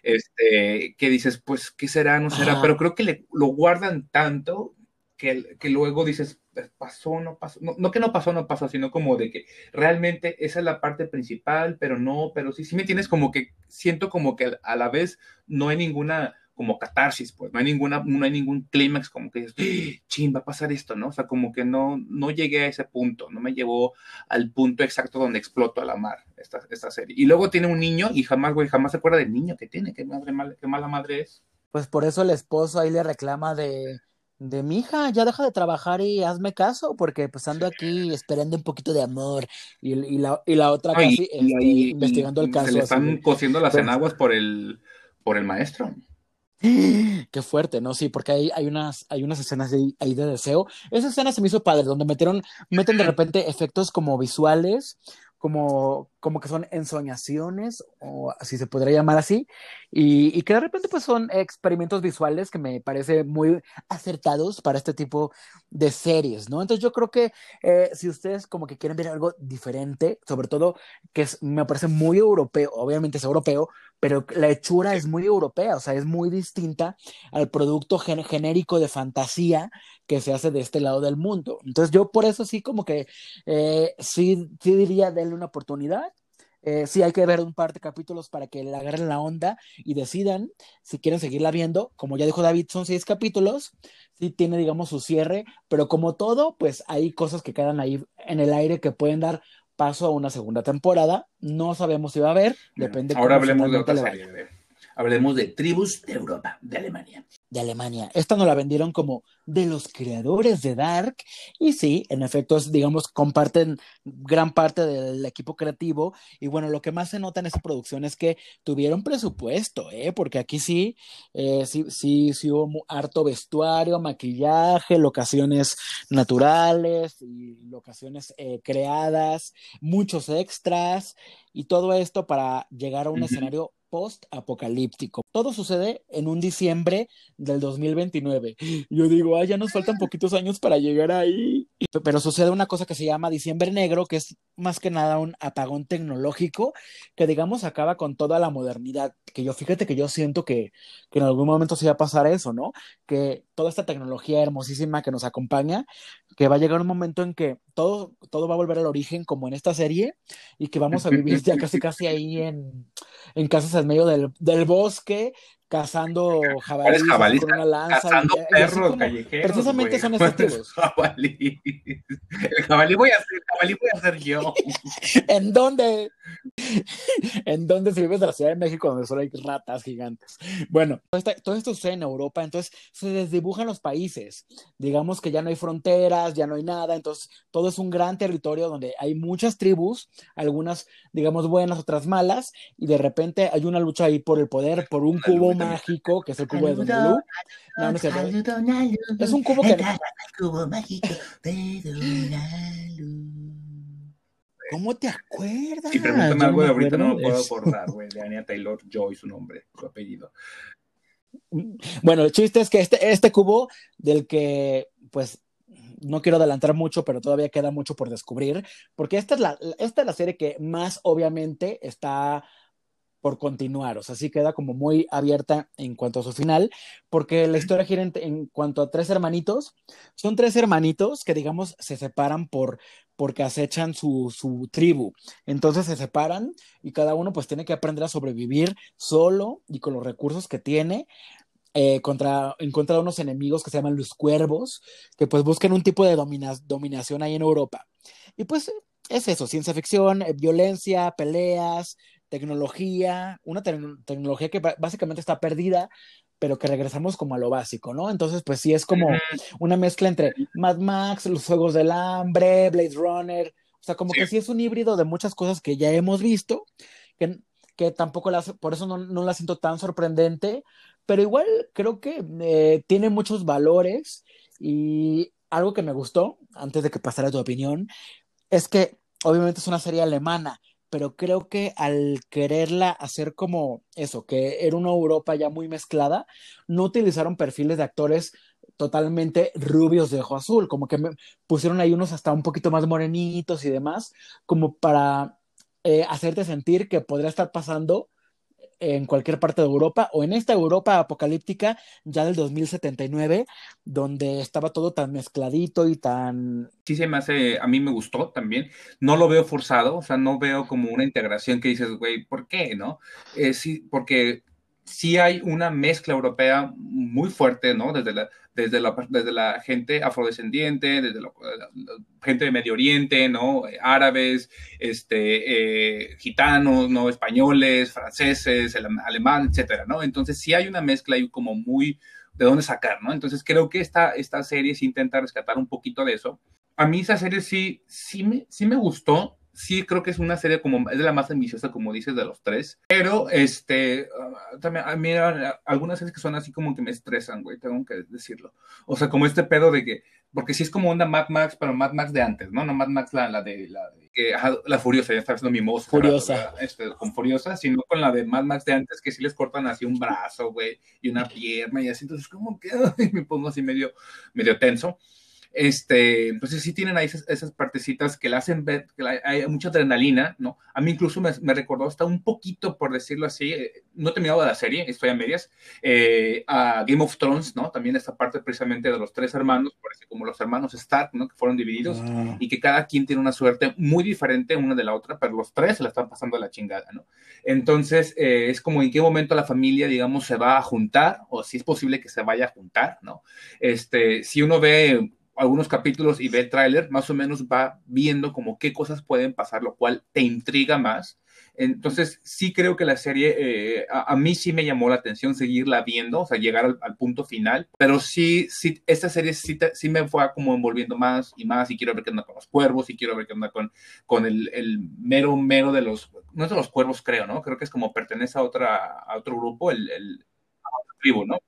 B: este, que dices, pues, ¿qué será? No será, pero
A: Ajá,
B: creo que le, lo guardan tanto que, que luego dices, pasó, no pasó, no, no que no pasó, no pasó, sino como de que realmente esa es la parte principal, pero no, pero sí, sí me tienes como que siento como que a la vez no hay ninguna como catarsis, pues, no hay ninguna, no hay ningún clímax como que dices, ¡ah! Chin, va a pasar esto, ¿no? O sea, como que no, no llegué a ese punto, no me llevó al punto exacto donde exploto a la mar. esta, esta serie. Y luego tiene un niño y jamás, güey, jamás se acuerda del niño que tiene, qué madre mala, qué mala madre es.
A: Pues por eso el esposo ahí le reclama de, de mi hija, ya deja de trabajar y hazme caso, porque pues ando aquí esperando un poquito de amor. Y, y la, y la otra
B: No, y,
A: casi
B: y,
A: este,
B: y,
A: investigando el
B: y se
A: caso
B: le
A: así
B: están
A: de,
B: cociendo las
A: pues,
B: enaguas por el, por el maestro.
A: qué fuerte, ¿no? Sí, porque hay, hay unas, hay unas escenas ahí, ahí de deseo. Esa escena se me hizo padre, donde metieron, meten de repente efectos como visuales, como, como que son ensoñaciones, o así se podría llamar así, y, y que de repente pues son experimentos visuales que me parece muy acertados para este tipo de series, ¿no? Entonces yo creo que eh, si ustedes como que quieren ver algo diferente, sobre todo que es, me parece muy europeo, obviamente es europeo, pero la hechura
B: Sí.
A: es muy europea, o sea, es muy distinta al producto gen genérico de fantasía que se hace de este lado del mundo. Entonces yo por eso sí como que eh, sí, sí diría denle una oportunidad. Eh, sí hay que ver un par de capítulos para que le agarren la onda y decidan si quieren seguirla viendo. Como ya dijo David, son seis capítulos, sí tiene digamos su cierre, pero como todo, pues hay cosas que quedan ahí en el aire que pueden dar paso a una segunda temporada. No sabemos si va a haber,
B: Bueno,
A: depende
B: ahora
A: cómo
B: hablemos de
A: finalmente
B: otra
A: le
B: serie.
A: vaya.
B: De, hablemos de Tribus de Europa, de Alemania.
A: De Alemania. Esta nos la vendieron como de los creadores de Dark y sí, en efecto, es, digamos, comparten gran parte del equipo creativo y bueno, lo que más se nota en esta producción es que tuvieron presupuesto, ¿eh? Porque aquí sí, eh, sí, sí, sí hubo mu- harto vestuario, maquillaje, locaciones naturales y locaciones eh, creadas, muchos extras y todo esto para llegar a un
B: Uh-huh.
A: escenario post-apocalíptico. Todo sucede en un diciembre del dos mil veintinueve. Yo digo, ay, ya nos faltan poquitos años para llegar ahí. Pero sucede una cosa que se llama Diciembre Negro, que es más que nada un apagón tecnológico que, digamos, acaba con toda la modernidad. Que yo, fíjate que yo siento que, que en algún momento sí va a pasar eso, ¿no? Que toda esta tecnología hermosísima que nos acompaña, que va a llegar un momento en que todo, todo va a volver al origen, como en esta serie, y que vamos a vivir ya casi, casi ahí en, en casas en medio del, del bosque, cazando
B: ¿Cuáles
A: jabalíes así
B: jabalíes?
A: con una lanza y,
B: Cazando
A: y así
B: perros
A: como
B: callejeros,
A: precisamente
B: güey.
A: son estos
B: ¿Cuáles
A: tribus.
B: jabalíes? El jabalí voy a ser, el jabalí voy a ser yo.
A: ¿En dónde? ¿En dónde se vive de la Ciudad de México donde solo hay ratas gigantes? Bueno, todo, esta, todo esto sucede en Europa, entonces se desdibujan los países. Digamos que ya no hay fronteras, ya no hay nada, entonces todo es un gran territorio donde hay muchas tribus, algunas, digamos, buenas, otras malas, y de repente hay una lucha ahí por el poder, por un
B: Lalu,
A: cubo
B: también.
A: mágico, que es el cubo de Don
B: Saludo,
A: Balú. No, no es cierto.
B: saludo,
A: Es
B: Nalu,
A: un cubo que...
B: entra al cubo mágico de Don Nalu.
A: ¿Cómo te
B: Si
A: acuerdas?
B: pregúntame
A: Yo no
B: algo
A: me
B: de ahorita, no
A: acuerdo
B: me
A: de
B: puedo
A: eso.
B: acordar, güey, de Anya Taylor-Joy, su nombre, su apellido.
A: Bueno, el chiste es que este, este cubo del que, pues, no quiero adelantar mucho, pero todavía queda mucho por descubrir, porque esta es la, esta es la serie que más obviamente está por continuar, o sea, sí queda como muy abierta en cuanto a su final, porque la historia gira en, en cuanto a tres hermanitos, son tres hermanitos que digamos se separan por porque acechan su, su tribu, entonces se separan y cada uno pues tiene que aprender a sobrevivir solo y con los recursos que tiene, eh, contra, en contra de unos enemigos que se llaman los cuervos, que pues buscan un tipo de domina, dominación ahí en Europa. Y pues es eso, ciencia ficción, eh, violencia, peleas, tecnología, una te tecnología que básicamente está perdida, pero que regresamos como a lo básico, ¿no? Entonces, pues sí es como una mezcla entre Mad Max, los Juegos del Hambre, Blade Runner, o sea, como
B: Sí.
A: que sí es un híbrido de muchas cosas que ya hemos visto, que, que tampoco las, por eso no, no la siento tan sorprendente, pero igual creo que eh, tiene muchos valores y algo que me gustó, antes de que pasara tu opinión, es que obviamente es una serie alemana, pero creo que al quererla hacer como eso, que era una Europa ya muy mezclada, no utilizaron perfiles de actores totalmente rubios de ojo azul, como que me pusieron ahí unos hasta un poquito más morenitos y demás, como para eh, hacerte sentir que podría estar pasando en cualquier parte de Europa o en esta Europa apocalíptica ya del dos mil setenta y nueve, donde estaba todo tan mezcladito y tan...
B: Sí se me hace, a mí me gustó también. No lo veo forzado, o sea, no veo como una integración que dices, güey, ¿por qué, no? Eh, sí, porque sí hay una mezcla europea muy fuerte, ¿no? Desde la, desde la, desde la gente afrodescendiente, desde la, la, la gente de Medio Oriente, ¿no? Árabes, este, eh, gitanos, ¿no? Españoles, franceses, el alemán, etcétera, ¿no? Entonces sí hay una mezcla ahí como muy de dónde sacar, ¿no? Entonces creo que esta, esta serie sí intenta rescatar un poquito de eso. A mí esa serie sí, sí me, sí me gustó. Sí, creo que es una serie como, es de la más ambiciosa, como dices, de los tres. Pero, este, uh, también, a mí uh, algunas series que son así como que me estresan, güey, tengo que decirlo. O sea, como este pedo de que, porque sí es como onda Mad Max, pero Mad Max de antes, ¿no? No Mad Max la, la de, la de que, ajá, la Furiosa, ya está haciendo mi mouse hace rato,
A: Furiosa.
B: ¿verdad? Este, con Furiosa, sino con la de Mad Max de antes, que sí les cortan así un brazo, güey, y una pierna, y así, entonces como que ay, me pongo así medio, medio tenso. Este, entonces sí tienen ahí esas, esas partecitas que le hacen ver que la, hay mucha adrenalina, ¿no? A mí incluso me, me recordó hasta un poquito, por decirlo así, eh, no he terminado la serie, estoy a medias, eh, a Game of Thrones, ¿no? También esta parte precisamente de los tres hermanos, parece como los hermanos Stark, ¿no? Que fueron divididos
A: Ah.
B: y que cada quien tiene una suerte muy diferente una de la otra, pero los tres se la están pasando a la chingada, ¿no? Entonces eh, es como en qué momento la familia, digamos, se va a juntar, o si es posible que se vaya a juntar, ¿no? Este, si uno ve algunos capítulos y ve el tráiler, más o menos va viendo como qué cosas pueden pasar, lo cual te intriga más. Entonces, sí creo que la serie, eh, a, a, mí sí me llamó la atención seguirla viendo, o sea, llegar al, al punto final, pero sí, sí, esta serie sí, te, sí me fue como envolviendo más y más, y quiero ver qué onda con los cuervos, y quiero ver qué onda con, con el, el mero, mero de los, no es de los cuervos, creo, ¿no? Creo que es como pertenece a, otra, a otro grupo, el, el a otra tribu, ¿no?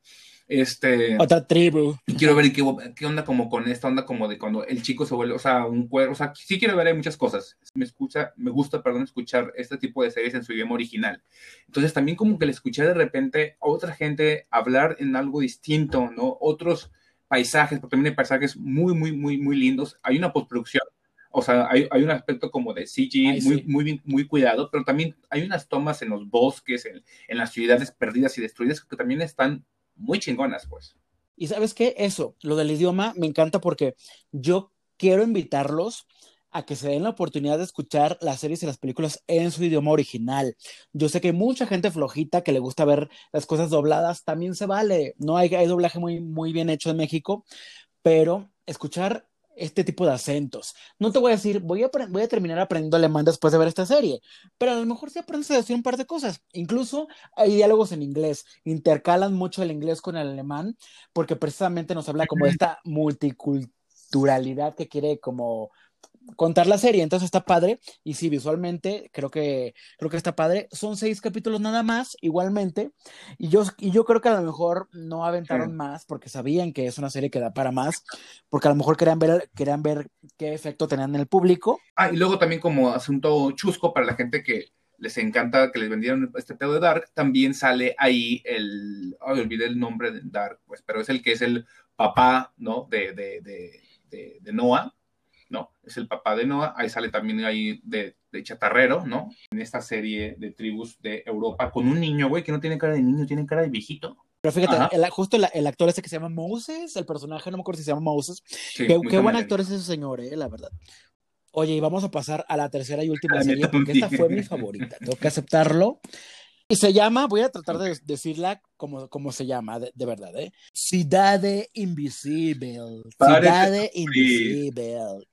B: Este,
A: Otra tribu.
B: y quiero ver qué, qué onda como con esta onda como de cuando el chico se vuelve, o sea, un cuervo, o sea, sí quiero ver, hay muchas cosas. Me escucha, me gusta, perdón, escuchar este tipo de series en su idioma original. Entonces también como que le escuché de repente a otra gente hablar en algo distinto, ¿no? Otros paisajes, porque también hay paisajes muy, muy, muy, muy lindos. Hay una postproducción, o sea, hay, hay un aspecto como de C G
A: Ay,
B: muy,
A: sí.
B: muy, muy cuidado, pero también hay unas tomas en los bosques, en, en las ciudades perdidas y destruidas que también están muy chingonas, pues.
A: Y ¿sabes qué? Eso, lo del idioma me encanta porque yo quiero invitarlos a que se den la oportunidad de escuchar las series y las películas en su idioma original. Yo sé que hay mucha gente flojita que le gusta ver las cosas dobladas, también se vale. No hay, hay doblaje muy, muy bien hecho en México, pero escuchar este tipo de acentos. No te voy a decir, voy a, voy a terminar aprendiendo alemán después de ver esta serie, pero a lo mejor sí aprendes a decir un par de cosas. Incluso hay diálogos en inglés, intercalan mucho el inglés con el alemán, porque precisamente nos habla como de esta multiculturalidad que quiere como contar la serie, entonces está padre, y sí, visualmente creo que, creo que está padre. Son seis capítulos nada más, igualmente, y yo, y yo creo que a lo mejor no aventaron
B: Sí.
A: más porque sabían que es una serie que da para más, porque a lo mejor querían ver, querían ver qué efecto tenían en el público.
B: Ah, y luego también como asunto chusco para la gente que les encanta que les vendieran este pedo de Dark, también sale ahí el, ay, olvidé el nombre de Dark, pues, pero es el que es el papá, ¿no? De, de, de, de, de Noah, ¿no? Es el papá de Noah, ahí sale también ahí de, de chatarrero, ¿no? En esta serie de tribus de Europa, con un niño, güey, que no tiene cara de niño, tiene cara de viejito.
A: Pero fíjate,
B: Ajá.
A: el, justo el, el, actor este que se llama Moses, el personaje, no me acuerdo si se llama Moses,
B: Sí,
A: qué,
B: muy
A: qué buen
B: familiar.
A: actor es ese señor, eh, la verdad. Oye, y vamos a pasar a la tercera y última
B: A mí
A: serie, porque esta fue mi
B: también.
A: favorita, tengo que aceptarlo. Y se llama, voy a tratar de decirla como, como se llama, de, de verdad, ¿eh? Cidade Invisible.
B: Párate de
A: Cidade
B: sufrir.
A: Invisible.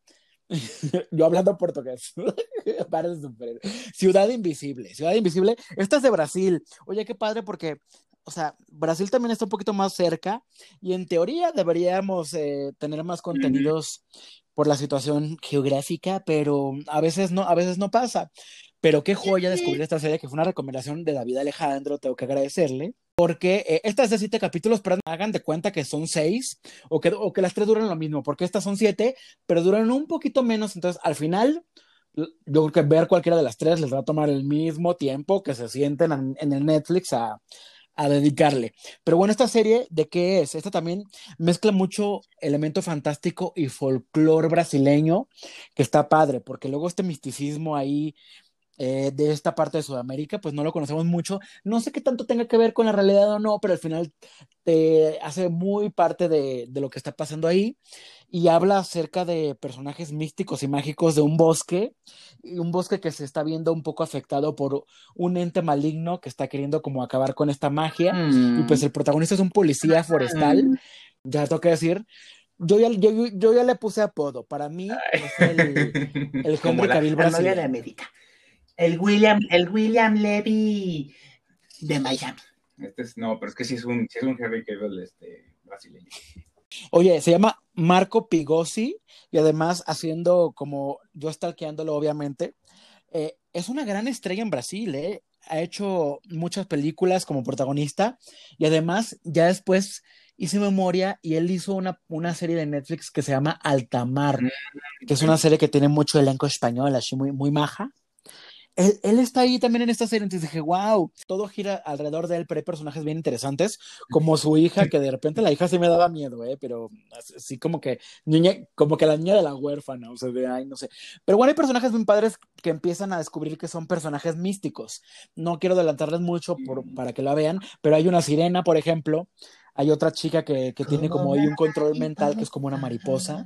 A: Yo hablando portugués. Para de sufrir. Ciudad Invisible. Ciudad Invisible. Esta es de Brasil. Oye, qué padre porque, o sea, Brasil también está un poquito más cerca y en teoría deberíamos eh, tener más contenidos por la situación geográfica, pero a veces no, a veces no pasa. Pero qué joya descubrir esta serie, que fue una recomendación de David Alejandro, tengo que agradecerle, porque eh, estas de siete capítulos, pero hagan de cuenta que son seis, o que, o que las tres duran lo mismo, porque estas son siete, pero duran un poquito menos, entonces al final, yo creo que ver cualquiera de las tres les va a tomar el mismo tiempo que se sienten en, en el Netflix a, a dedicarle. Pero bueno, esta serie, ¿de qué es? Esta también mezcla mucho elemento fantástico y folclore brasileño, que está padre, porque luego este misticismo ahí eh, de esta parte de Sudamérica, pues no lo conocemos mucho. No sé qué tanto tenga que ver con la realidad o no, pero al final te hace muy parte de, de lo que está pasando ahí y habla acerca de personajes místicos y mágicos de un bosque, y un bosque que se está viendo un poco afectado por un ente maligno que está queriendo como acabar con esta magia, y pues
B: Mm,
A: el protagonista es un policía forestal,
B: mm.
A: ya tengo que decir, yo ya, yo, yo ya le puse apodo, para mí es el, el
B: Como
A: Henry
B: la,
A: Cavill
B: la novia de
A: brasileño.
B: América. El William, el William Levy de Miami. Este es, no, pero es que sí es un, sí es un Henry Cavill este, brasileño.
A: Oye, se llama Marco Pigossi y además haciendo como yo stalkeándolo obviamente, eh, es una gran estrella en Brasil, ¿eh? Ha hecho muchas películas como protagonista y además ya después hice memoria y él hizo una, una serie de Netflix que se llama Altamar,
B: Mm,
A: que es una
B: ok.
A: serie que tiene mucho elenco español, así muy, muy maja. Él, él está ahí también en esta serie, entonces dije, wow, todo gira alrededor de él, pero hay personajes bien interesantes, como su hija, que de repente la hija sí me daba miedo, ¿eh? Pero así como que, niña, como que la niña de la huérfana, o sea, de ay, no sé. Pero bueno, hay personajes bien padres que empiezan a descubrir que son personajes místicos. No quiero adelantarles mucho por, para que la vean, pero hay una sirena, por ejemplo, hay otra chica que, que tiene
B: Como
A: como ahí un control mental, que es
B: mariposa.
A: como una mariposa.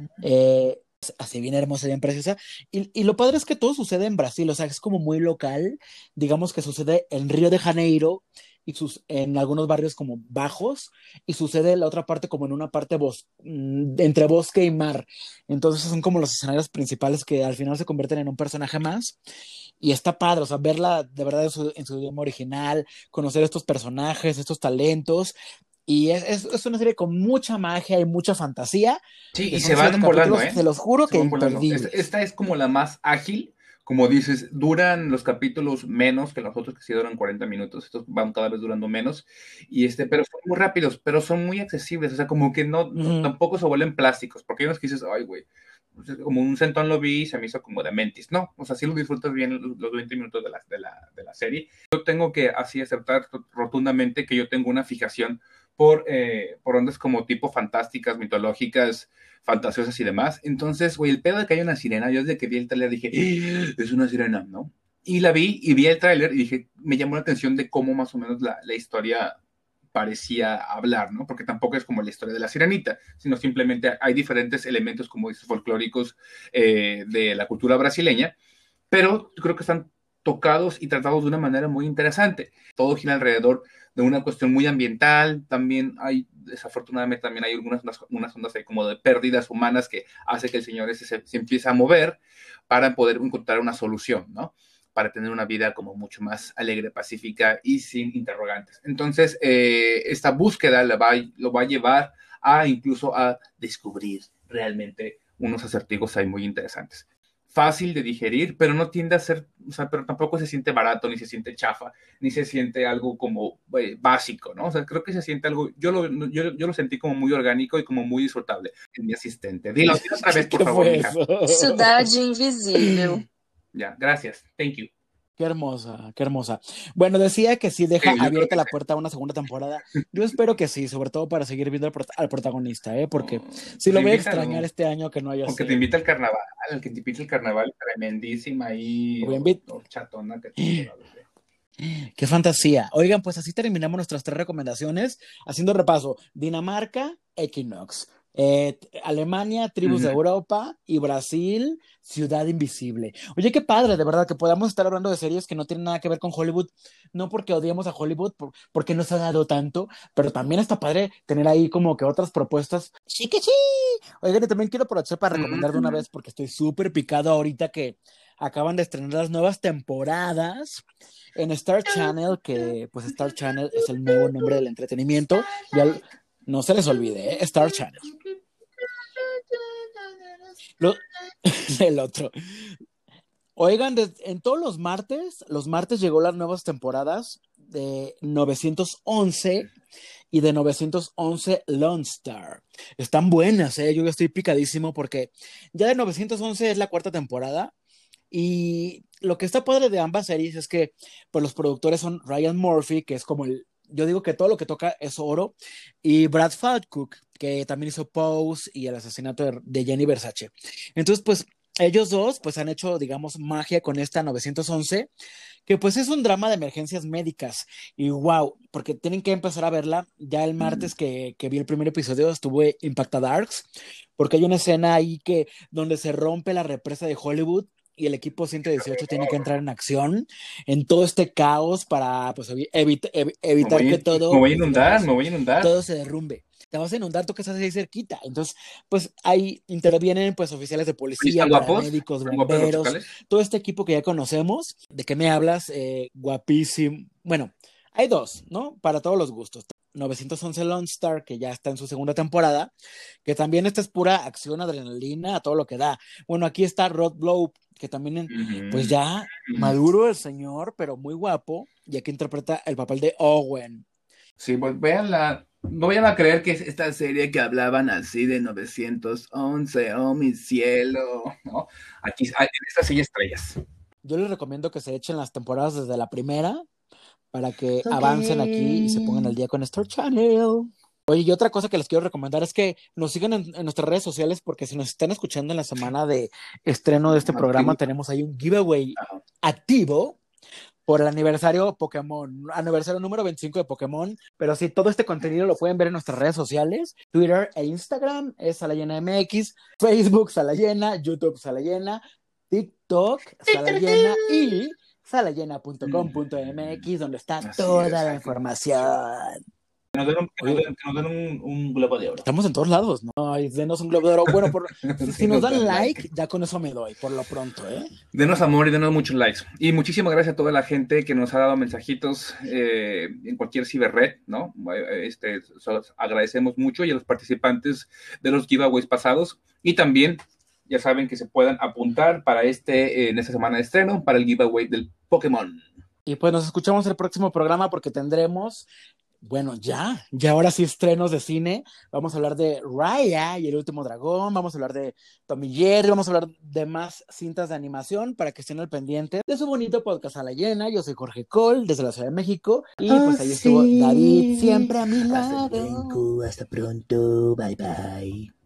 A: Eh, Así bien hermosa, bien preciosa. Y, y lo padre es que todo sucede en Brasil, o sea, es como muy local. Digamos que sucede en Río de Janeiro y sus, en algunos barrios como bajos, y sucede en la otra parte como en una parte bos, mm, entre bosque y mar. Entonces son como los escenarios principales que al final se convierten en un personaje más. Y está padre, o sea, verla de verdad en su, en su idioma original, conocer estos personajes, estos talentos. Y es, es, es una serie con mucha magia y mucha fantasía,
B: Sí,
A: que
B: y
A: son
B: se
A: siete
B: van volando,
A: capítulos, se
B: ¿eh?
A: los juro
B: Se
A: que
B: van volando. Esta,
A: imperdibles.
B: esta es como la más ágil, como dices, duran los capítulos menos que los otros que sí duran cuarenta minutos, estos van cada vez durando menos, y este, pero son muy rápidos, pero son muy accesibles, o sea, como que no, no
A: Ujú.
B: tampoco se vuelven plásticos, porque hay unos que dices, ay, güey, pues, como un centón lo vi y se me hizo como de mentis, no, o sea, sí lo disfrutas bien los, los veinte minutos de la, de, la, de la serie. Yo tengo que así aceptar rotundamente que yo tengo una fijación por, eh, por ondas como tipo fantásticas, mitológicas, fantasiosas y demás. Entonces, güey, el pedo de que hay una sirena, yo desde que vi el tráiler dije, ¡ah! Es una sirena, ¿no? Y la vi y vi el tráiler y dije, me llamó la atención de cómo más o menos la, la historia parecía hablar, ¿no? Porque tampoco es como la historia de la sirenita, sino simplemente hay diferentes elementos, como dices, folclóricos eh, de la cultura brasileña, pero creo que están tocados y tratados de una manera muy interesante. Todo gira alrededor de una cuestión muy ambiental, también hay, desafortunadamente, también hay algunas unas, unas ondas ahí como de pérdidas humanas que hace que el señor ese se, se empiece a mover para poder encontrar una solución, ¿no? Para tener una vida como mucho más alegre, pacífica y sin interrogantes. Entonces, eh, esta búsqueda lo va, lo va a llevar a incluso a descubrir realmente unos acertijos ahí muy interesantes. Fácil de digerir, pero no tiende a ser, o sea, pero tampoco se siente barato, ni se siente chafa, ni se siente algo como eh, básico, ¿no? O sea, creo que se siente algo, yo lo, yo, yo lo sentí como muy orgánico y como muy disfrutable. En mi asistente. Dilo, dilo otra vez, por
A: ¿Qué
B: favor,
A: fue
B: mija.
A: eso?
C: Cidade Invisível.
B: Ya, gracias. Thank you.
A: Qué hermosa, qué hermosa. Bueno, decía que sí deja
B: Sí, yo creo
A: abierta
B: que
A: la
B: sí.
A: puerta a una segunda temporada. Yo espero que sí, sobre todo para seguir viendo al, prota- al protagonista, ¿eh? Porque
B: Oh,
A: sí
B: pues
A: lo voy a extrañar
B: invítalo.
A: este año que no haya
B: O que te
A: serie.
B: invita al carnaval, el que te invita al carnaval, tremendísima ahí,
A: Lo voy a
B: o,
A: invitar.
B: o chatona que te lleva, bebé.
A: Qué fantasía. Oigan, pues así terminamos nuestras tres recomendaciones. Haciendo repaso: Dinamarca, Equinox. Eh, Alemania, Tribus de
B: Ujú.
A: Europa. Y Brasil, Ciudad Invisible. Oye, qué padre, de verdad, que podamos estar hablando de series que no tienen nada que ver con Hollywood. No porque odiamos a Hollywood, por- porque no se ha dado tanto, pero también está padre tener ahí como que otras propuestas. Sí que sí. Oigan, y también quiero aprovechar para recomendar de una
B: Ujú.
A: vez, porque estoy súper picado ahorita que acaban de estrenar las nuevas temporadas en Star Channel, que pues Star Channel es el nuevo nombre del entretenimiento. Ya no se les olvide, ¿eh? Star Channel. Lo, el otro. Oigan, de, en todos los martes, los martes llegó las nuevas temporadas de novecientos once y de novecientos once Lone Star. Están buenas, ¿eh? Yo estoy picadísimo porque ya de novecientos once es la cuarta temporada. Y lo que está padre de ambas series es que pues, los productores son Ryan Murphy, que es como el, yo digo que todo lo que toca es oro, y Brad Falchuk, que también hizo Pose y el asesinato de, de Jenny Versace. Entonces, pues ellos dos pues han hecho, digamos, magia con esta novecientos once, que pues es un drama de emergencias médicas. Y wow, porque tienen que empezar a verla. Ya el martes que, que vi el primer episodio estuve impactadarks, porque hay una escena ahí que donde se rompe la represa de Hollywood y el equipo ciento dieciocho tiene que entrar en acción en todo este caos para pues, evi- evit- ev-
B: Me
A: evitar
B: voy,
A: que
B: a- me
A: todo,
B: voy a
A: pues,
B: inundar,
A: digamos,
B: me voy a inundar.
A: todo se derrumbe. Te vas a inundar, tú que estás ahí cerquita. Entonces, pues ahí intervienen pues oficiales de
B: Oye,
A: policía,
B: ¿están guapos?
A: paramédicos,
B: ¿Están guapos los
A: bomberos,
B: chacales?
A: todo este equipo que ya conocemos. ¿De qué me hablas? Eh, guapísimo. Bueno, hay dos, ¿no? Para todos los gustos. novecientos once Lone Star, que ya está en su segunda temporada, que también esta es pura acción, adrenalina, a todo lo que da. Bueno, aquí está Rod Blow, que también, pues
B: Ujú.
A: ya maduro el señor, pero muy guapo, y aquí interpreta el papel de Owen.
B: Sí, pues véanla. No vayan a creer que es esta serie que hablaban así de novecientos once, oh mi cielo, ¿no? Aquí, en esta sí hay estrellas.
A: Yo les recomiendo que se echen las temporadas desde la primera para que
C: Ok.
A: avancen aquí y se pongan al día con Star Channel. Oye, y otra cosa que les quiero recomendar es que nos sigan en, en nuestras redes sociales, porque si nos están escuchando en la semana de estreno de este programa, tenemos ahí un giveaway
B: Ajá.
A: activo por el aniversario Pokémon, aniversario número veinticinco de Pokémon. Pero sí, todo este contenido lo pueden ver en nuestras redes sociales, Twitter e Instagram, es Salayena M X, Facebook Salayena, YouTube Salayena, TikTok Salayena y salayena punto com punto m x, donde está
B: Así
A: toda
B: es.
A: la información.
B: Que nos den, un, que nos
A: Oye,
B: den, que nos den un, un globo de oro.
A: estamos en todos lados, ¿no? Ay, denos un globo de oro. Bueno, por, si,
B: Sí,
A: si nos
B: nos
A: dan
B: dan
A: like,
B: like.
A: ya con eso me doy, por lo pronto, ¿eh?
B: Denos amor y denos muchos likes. Y muchísimas gracias a toda la gente que nos ha dado mensajitos eh, en cualquier ciberred, ¿no? Este, agradecemos mucho, y a los participantes de los giveaways pasados. Y también, ya saben que se puedan apuntar para este, eh, en esta semana de estreno, para el giveaway del Pokémon.
A: Y pues nos escuchamos el próximo programa, porque tendremos, bueno, ya, ya ahora sí estrenos de cine. Vamos a hablar de Raya y el último dragón, vamos a hablar de Tom y Jerry, vamos a hablar de más cintas de animación para que estén al pendiente de su bonito podcast a la llena. Yo soy Jorge Cole, desde la Ciudad de México, y
C: Oh,
A: pues ahí estuvo David,
C: sí.
A: siempre a mi
C: Hasta
A: lado.
C: luego, hasta pronto, bye bye.